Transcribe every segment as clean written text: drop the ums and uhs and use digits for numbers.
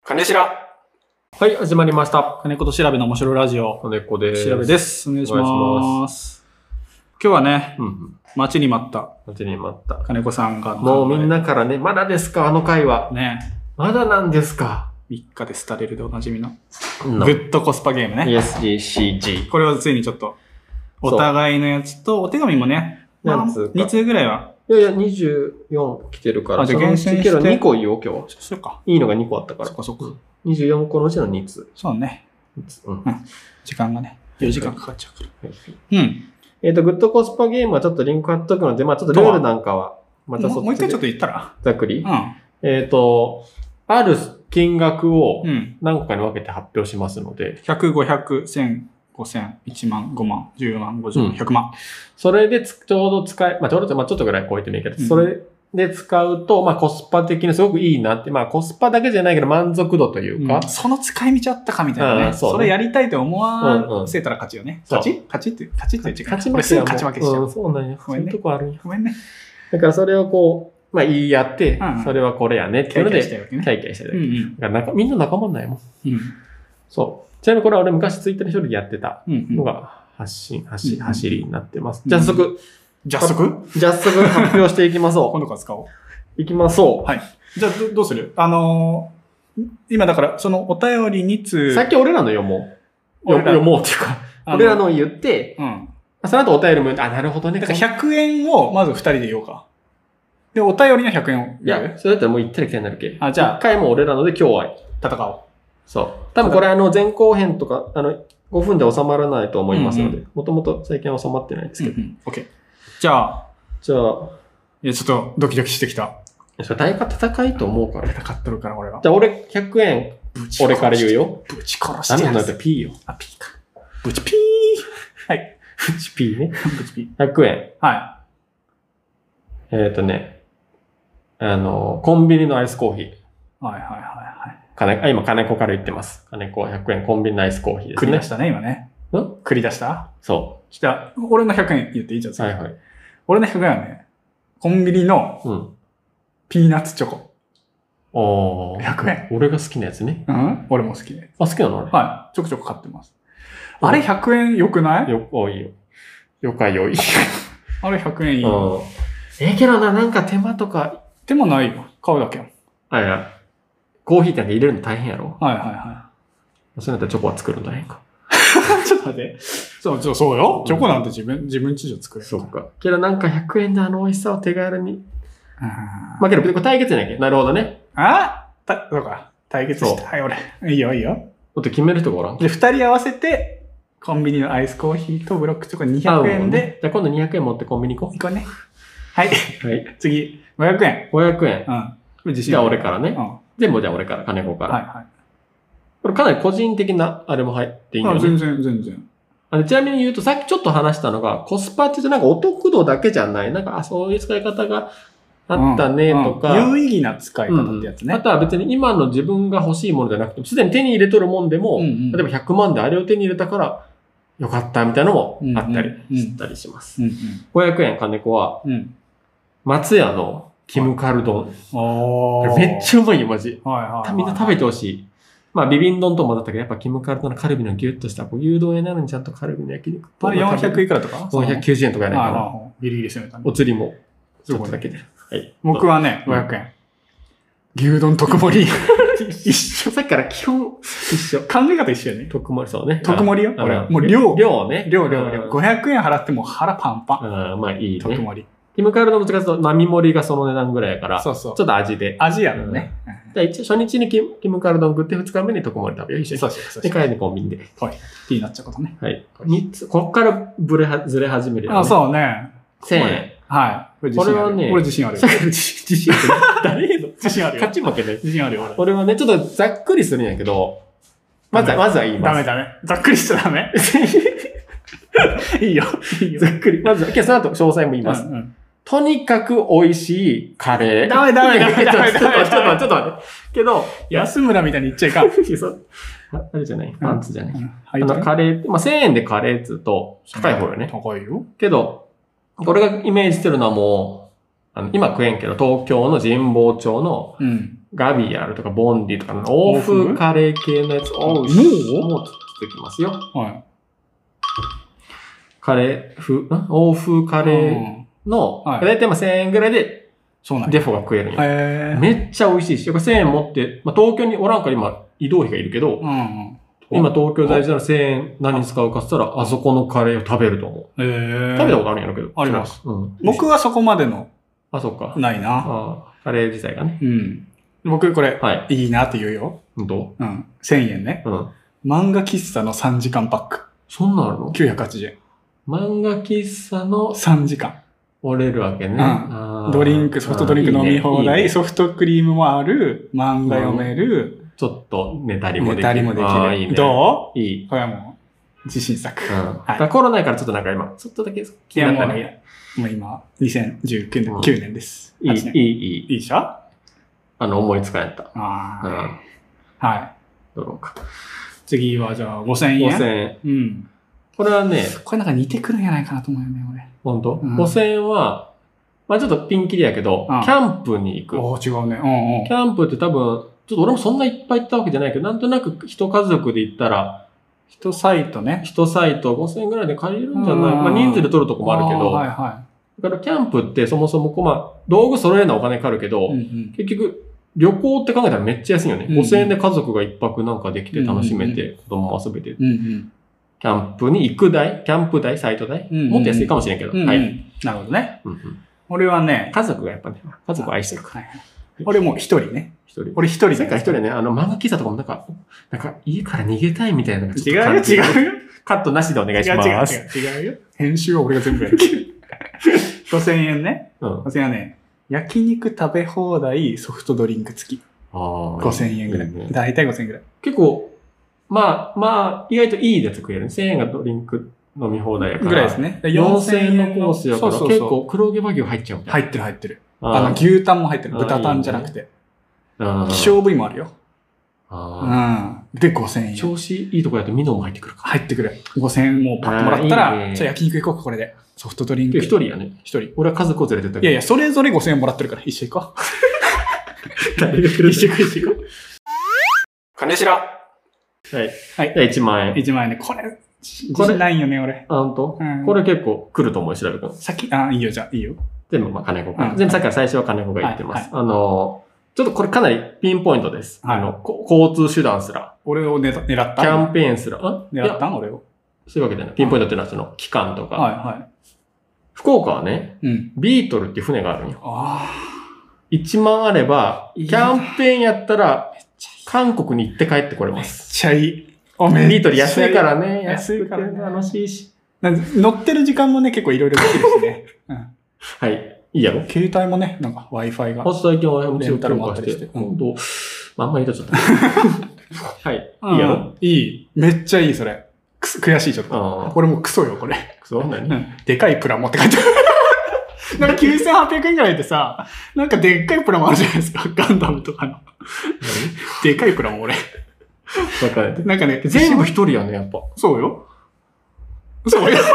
金しら。 はい、始まりました。 金子と調べの面白いラジオ。 金子です。 調べです。お願いします。今日はね、待ちに待った。金子さんが。 もうみんなからね、まだですか、あの回は。 ね。 まだなんですか。 3日で廃れるでおなじみの。グッドコスパゲームね。 ESGCG。 これはついにちょっと、お互いのやつと、お手紙もね、2通ぐらいは。 いや、24来てるから。 じゃあ厳選して。 2個いいよ、今日は。 そうか。 いいのが2個あったから。 そうか。 24個のうちの2通。 そうね。時間がね、4時間かかっちゃうから。 グッドコスパゲームはちょっとリンク貼っとくので、まあちょっとルールなんかは、またもう一回ちょっと言ったら。 ざっくり。ある金額を何個かに分けて発表しますので。 100、500、1000、5000、1万、5万、10万、50万、100万。 それでちょうど使え、まあちょうど、まあちょっとぐらい超えてもいいけど、それで使うと、まあコスパ的にすごくいいなって、まあコスパだけじゃないけど満足度というか。 その使い道あったかみたいなね。それやりたいと思わせたら勝ちよね。勝ちって違う。勝ち負けしちゃう。 そうなんよ。そういうとこあるよ。 ごめんね。 だからそれをこう、まあ言い合って、それはこれやねっていうので、体験したいだけ。だからみんな仲間んないもん。そう。ちなみにこれは俺昔ツイッターで一人でやってたのが走りになってます。じゃあ早速発表していきましょう。 今度から使おう。 いきましょう。 はい。じゃあどうする今だからそのお便り2通。 さっき俺らの読もうっていうか、俺らの言って、その後お便りも言って、あ、なるほどね。 だから100円をまず2人で言おうか。で、お便りの100円を。 いや、それだったらもう行ったら来たになるけ。 じゃあ。 一回も俺らので今日は戦おう。 そう。多分これ前後編とか、5分で収まらないと思いますので、もともと最近は収まってないですけど。 OK。じゃあ。 いや、ちょっとドキドキしてきた。 それ大化戦いと思うから。 戦っとるから、俺は。 じゃあ俺100円、俺から言うよ。 ぶち殺してやる。 ダメだって P よ。 あ、P か。ぶち P はい。 ぶち P ね。 ぶち P。 100円。 はい。 コンビニのアイスコーヒー。 はい。 今、金子から言ってます。金子100円コンビニのアイスコーヒーですね。 繰り出したね、今ね。繰り出したそう。 じゃあ、俺の100円言っていいじゃん。 はいはい。 俺の100円はね、コンビニの、ピーナッツチョコ。100円。 俺が好きなやつね。 俺も好きで。 あ、好きなのね。 はい。ちょくちょく買ってます。あれ100円良くない？ いいよ。よかよい。 あれ100円いい。 けどな、なんか手間とか。 手間ないよ。買うだけよ。 はいはい。コーヒーって入れるの大変やろ？ はい。 そうやったらチョコは作るんだへんか。 ちょっと待って。そうよ。チョコなんて自分家で作れる。 そうか。けどなんか100円で美味しさを手軽に。まあけど、これ対決じゃないけど。なるほどね。 そうか。対決した。はい、俺。いいよ。 だって決める人がおらん。 で、2人合わせて、コンビニのアイスコーヒーとブロックチョコ200円で。 じゃあ今度200円持ってコンビニ行こう。 行こうね。はい。次、500円。 500円。じゃあ俺からね。全部じゃあ俺から、金子から。 はい。 これかなり個人的なあれも入っていいのね。 全然。 ちなみに言うと、さっきちょっと話したのが、コスパって言うとなんかお得度だけじゃない。なんか、そういう使い方があったねとか。 有意義な使い方ってやつね。 あとは別に今の自分が欲しいものじゃなくて、すでに手に入れとるもんでも、例えば100万であれを手に入れたからよかったみたいなのもあったりしたりします。500円金子は、松屋のキムカル丼。めっちゃうまいよ、マジ。みんな食べてほしい。まあ、ビビン丼ともだったけど、やっぱキムカル丼のカルビのギュッとした牛丼屋なのにちゃんとカルビの焼肉。 あれ400いくらとか ?490 円とかやないかな。 ギリギリ攻めたね。 お釣りも。ちょっとだけで。はい。 僕はね、500円。牛丼特盛り。 一緒。さっきから基本一緒。 考え方一緒やね。 特盛り、そうね。 特盛りよ。俺。もう量ね。 量。500円払っても腹パンパン。 まあいいね。 特盛り。 キムカル丼の使うと並盛りがその値段ぐらいやから、ちょっと味で。 味やろね。 初日にキムカル丼食って2日目に特盛り食べよう。一緒に。そう。で、帰りにコンビニで。 はい。ピーナッツチョコとね。 はい。3つ、こっからずれ始めるよね。 そうね。 1000円。 はい。 これはね、 俺自信あるよ。 自信ある。誰の自信あるよ。 勝ち負けね。 自信あるよ、俺。 俺はね、ちょっとざっくりするんやけど、まずは言います。 ダメ。ざっくりしちゃダメ。いいよ。 ざっくり。まずは、その後詳細も言います。とにかく美味しいカレー。 ダメ。ちょっと待って。けど、 安村みたいに言っちゃいかん。 あれじゃないパンツじゃない。カレー、まあ、1000円でカレーっつうと、高い方よね。 高いよ。 けど、これがイメージしてるのはもう、今食えんけど、東京の神保町の、 ガビアルとかボンディとかの欧風カレー系のやつを、もうちょっと作ってきますよ。はい。欧風カレーの、だいたい1000円ぐらいで、デフォが食えるんよ。めっちゃ美味しいし、1000円持って、東京におらんから今移動費がいるけど、今東京在住なら1000円何に使うかって言ったら、あそこのカレーを食べると思う。食べたことあるんやろうけど。 あります。僕はそこまでの。 あ、そっか。 ないな。 カレー自体がね。 僕これ、いいなって言うよ。 どう 1000円ね。漫画喫茶の3時間パック。 そんなあるの ?980 円。 漫画喫茶の 3時間。 折れるわけね。 ドリンク、ソフトドリンク飲み放題、ソフトクリームもある、漫画読める。 ちょっと寝たりもできる。 寝たりもできる。どういい。 これはもう、自信作。 コロナやからちょっとなんか今、ちょっとだけ気になったね。 もう今、2019年です。 いいでしょ思いつかんやった。 はい。 どうか。 次はじゃあ5000円。 5000円。これはね、 これなんか似てくるんじゃないかなと思うよね、俺。 本当？5000円は、ちょっとピンキリやけど、キャンプに行く。 違うね。 キャンプって多分、ちょっと俺もそんないっぱい行ったわけじゃないけど、なんとなく一家族で行ったら、 一サイト 5000円ぐらいで借りるんじゃない人数で取るとこもあるけど、だからキャンプってそもそも道具揃えるのはお金かかるけど、結局旅行って考えたらめっちゃ安いよね。5000円で家族が一泊なんかできて楽しめて、子供も遊べて。キャンプに行く代、キャンプ代、サイト代、もっと安いかもしれんけど。 はい。なるほどね。俺はね、 家族がやっぱね、家族を愛してるから。 俺も一人ね。俺一人だから。一人ね、漫画喫茶とかもなんか家から逃げたいみたいな。 違うよ。 カットなしでお願いします。 違うよ。編集は俺が全部やる。5000円ね。5000円はね、焼肉食べ放題ソフトドリンク付き。5000円ぐらい。だいたい5000円ぐらい。 結構、意外といいやつ食えるね。1000円がドリンク飲み放題やから。 ぐらいですね。 4000円のコースやから結構黒毛和牛入っちゃうみたいな。入ってる。牛タンも入ってる。豚タンじゃなくて。希少部位もあるよ。で、5000円。 調子いいとこやとミノも入ってくるか。 入ってくる。5000円もうパッともらったら、じゃあ焼肉行こうか、これで。ソフトドリンク。 一人やね。一人。俺は家族を連れてったけど。 いや、それぞれ5000円もらってるから、一緒行こう。 誰が来る？ 一緒行こう。金しろ。はい。 じゃあ1万円。 1万円ね。これないよね、俺。 本当？これ結構来ると思う、調べくん。 いいよ、じゃあ、いいよ。 全部金子が。全部さっきから最初は金子が言ってます。ちょっとこれかなりピンポイントです。交通手段すら。 俺を狙ったキャンペーンすら。 狙った俺を。 そういうわけじゃない。ピンポイントっていうのはその期間とか。福岡はね、ビートルっていう船があるんよ。1万あれば、キャンペーンやったら、韓国に行って帰ってこれます。 めっちゃいい。 ビートル安いからね。安いから楽しいし。 乗ってる時間もね、結構いろいろできるしね。 はい。いいやろ？ 携帯もね、なんか Wi-Fi が。 最近はレンタルもあったりして。あんまり言ったちょっと。はい。いいやろ？ いい。めっちゃいい、それ。悔しい、ちょっと。俺もクソよ、これ。 クソ？何？ でかいプラン持って帰ってくる。なんか9800円ぐらいでさ、なんかでっかいプランもあるじゃないですか。ガンダムとかの。でかいプランも俺。なんかね、 全部一人やね、やっぱ。 そうよ。そうよ。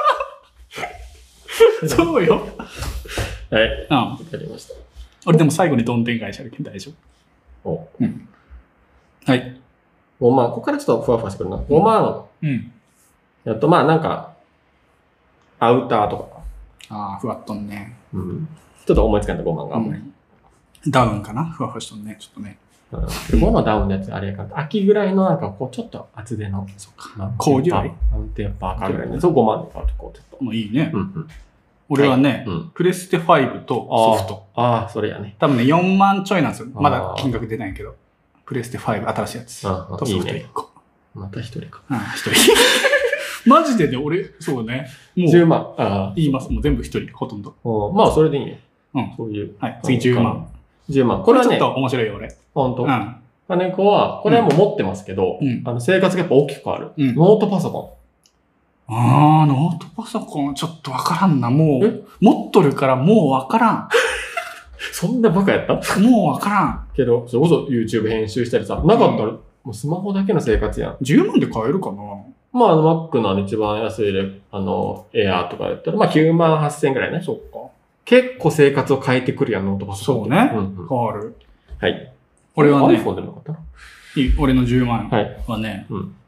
そうよ。 はい。わかりました。 俺でも最後にどんでん返しあるけど大丈夫。はい。 5万。ここからちょっとふわふわしてくるな。5万。やっと、なんか、アウターとか。 ふわっとんね。 ちょっと思いつかない5万があんまり。 ダウンかなふわふわしとんね。ちょっとね。 5のダウンのやつあれやから、秋ぐらいのなんかこう、ちょっと厚手の、 コーデュライマウンテンパーカーぐらいの。そう5万で買うとこう、ちょっと。 もういいね。俺はね、プレステ5とソフト。 それやね。 多分ね、4万ちょいなんですよ。まだ金額出ないけど。プレステ5、新しいやつ。とソフト1個。 また1人か。 1人。マジでね、俺、そうね。 もう。10万。 言います。もう全部1人、ほとんど。 それでいいね。そういう。 はい。次10万。 10万。 これはちょっと面白いよ、俺。 ほんと？金子は、これはもう持ってますけど、生活がやっぱ大きく変わる。ノートパソコン。 ノートパソコンちょっとわからんな。もう、持っとるからもうわからん。 そんなバカやった？ もうわからん。 けど、それこそ YouTube 編集したりさ、なかったら、もうスマホだけの生活やん。 10万で買えるかな ？Mac の一番安いエアーとかやったら、9万8000円くらいね。 そっか。 結構生活を変えてくるやん、ノートパソコン。 そうね。変わる。 はい。 俺はね、 iPhone でもよかったな。 俺の10万はね、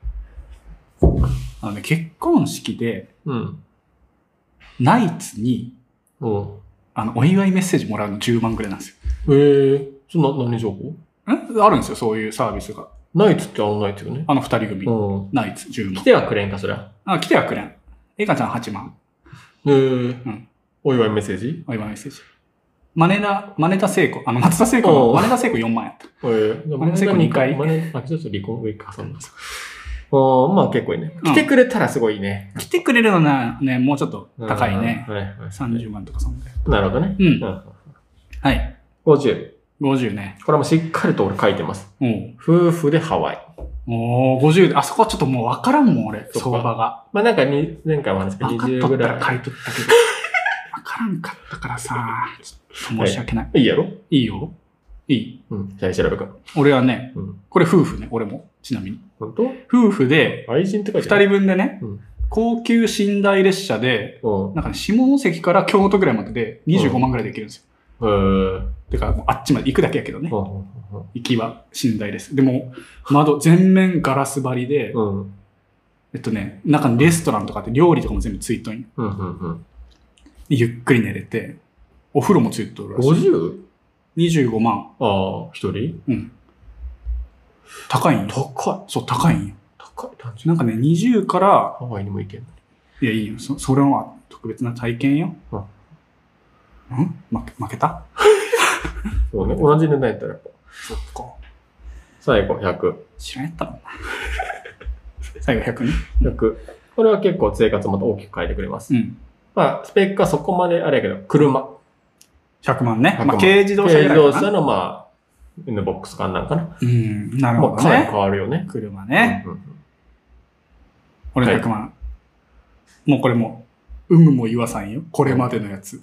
結婚式で、ナイツに、お祝いメッセージもらうの10万くらいなんですよ。 そんな、何情報あるんですよ、そういうサービスが。 ナイツってナイツよね。 2人組。ナイツ10万。 来てはくれんか、そりゃ。 来てはくれん。エガちゃん8万。 お祝いメッセージお祝いメッセージ。マネタ聖子、松田聖子のマネタ聖子4万やった。マネタ聖子2回。 ちょっと離婚ウィーク挟んだんですよ。まあ結構いいね。来てくれたらすごいね。 来てくれるのはね、もうちょっと高いね。30万とかそんぐらい。 なるほどね。 はい。 50。 50ね。 これもしっかりと俺書いてます。夫婦でハワイ。 50で、あそこはちょっともう分からんもん、俺、相場が。 まあなんか前回も話したけど、20ぐらい。 書いとったけど。分からんかったからさ、ちょっと申し訳ない。 いいやろ？ いいよ。いい。 じゃあ調べるか。 俺はね、これ夫婦ね、俺も、ちなみに。 本当？ 夫婦で、 愛人って書いてある。2人分でね、高級寝台列車で、なんかね、下関から京都ぐらいまでで25万ぐらいで行けるんですよ。てか、あっちまで行くだけやけどね。行きは寝台です。でも、全面ガラス張りで、中にレストランとかって料理とかも全部ついとんよ。ゆっくり寝れて、お風呂もついとるらしい。50?25 万。 一人？ 高いんよ。 高い。 そう、高いんよ。 高い。 なんかね、20から、 ハワイにも行けんのに。 いや、いいよ。それは特別な体験よ。負けた？ そうね。同じ値段やったらやっぱ。 そっか。 最後、100。 知らんやったもんな。最後100ね。 100。これは結構生活また大きく変えてくれます。まあ、スペックはそこまであれやけど、車。 100万ね。まあ、軽自動車ぐらいかな。 軽自動車のまあ、N ボックスかなんかな。 なるほどね。 かなり変わるよね。 車ね。俺100万。もうこれも、有無も言わさんよ。これまでのやつ。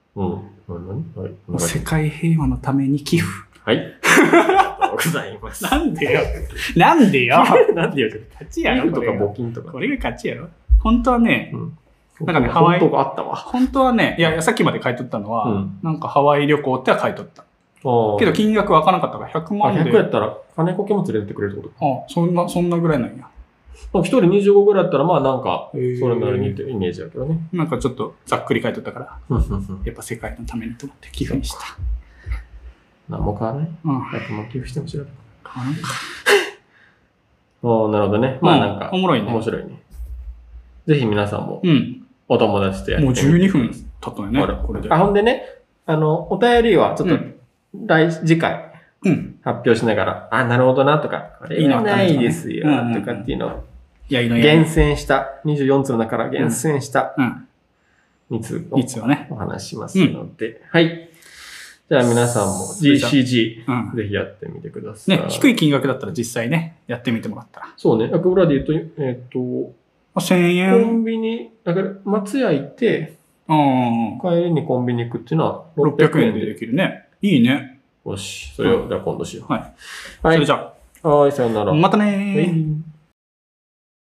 世界平和のために寄付。 はい。ありがとうございます。 なんでよ。なんでよ。 なんでよ。 勝ちやろ。 とか募金とか。 これが勝ちやろ。本当はね、なんかね、ハワイ。本当はね、いや、さっきまで書いとったのは、なんかハワイ旅行っては書いとった。けど金額わからなかったから100万で。 100やったら金子家も連れてってくれるってこと？そんなぐらいなんや。 一人25ぐらいだったらまあなんか、それなりにってイメージだけどね。 なんかちょっとざっくり書いとったから、やっぱ世界のためにと思って寄付にした。 何も変わらない？100万寄付しても知らない。 変わらんか。 なるほどね。まあなんか、 おもろいね。 面白いね。ぜひ皆さんも、お友達とやってもう12分経ったよね。これで。 ほんでね、お便りはちょっと、次回、発表しながら、なるほどなとか、これはないですよ、とかっていうのを、厳選した、24つの中から厳選した、2つをね、お話ししますので、はい。じゃあ皆さんも GCG、ぜひやってみてください。 ね、低い金額だったら実際ね、やってみてもらったら。 そうね、裏で言うと、 1000円。 コンビニ、だから松屋行って、帰りにコンビニ行くっていうのは 600円でできるね。いいね。 よし、それをじゃあ今度しよう。 はい。それじゃあ。 はい、さよなら。 またねー。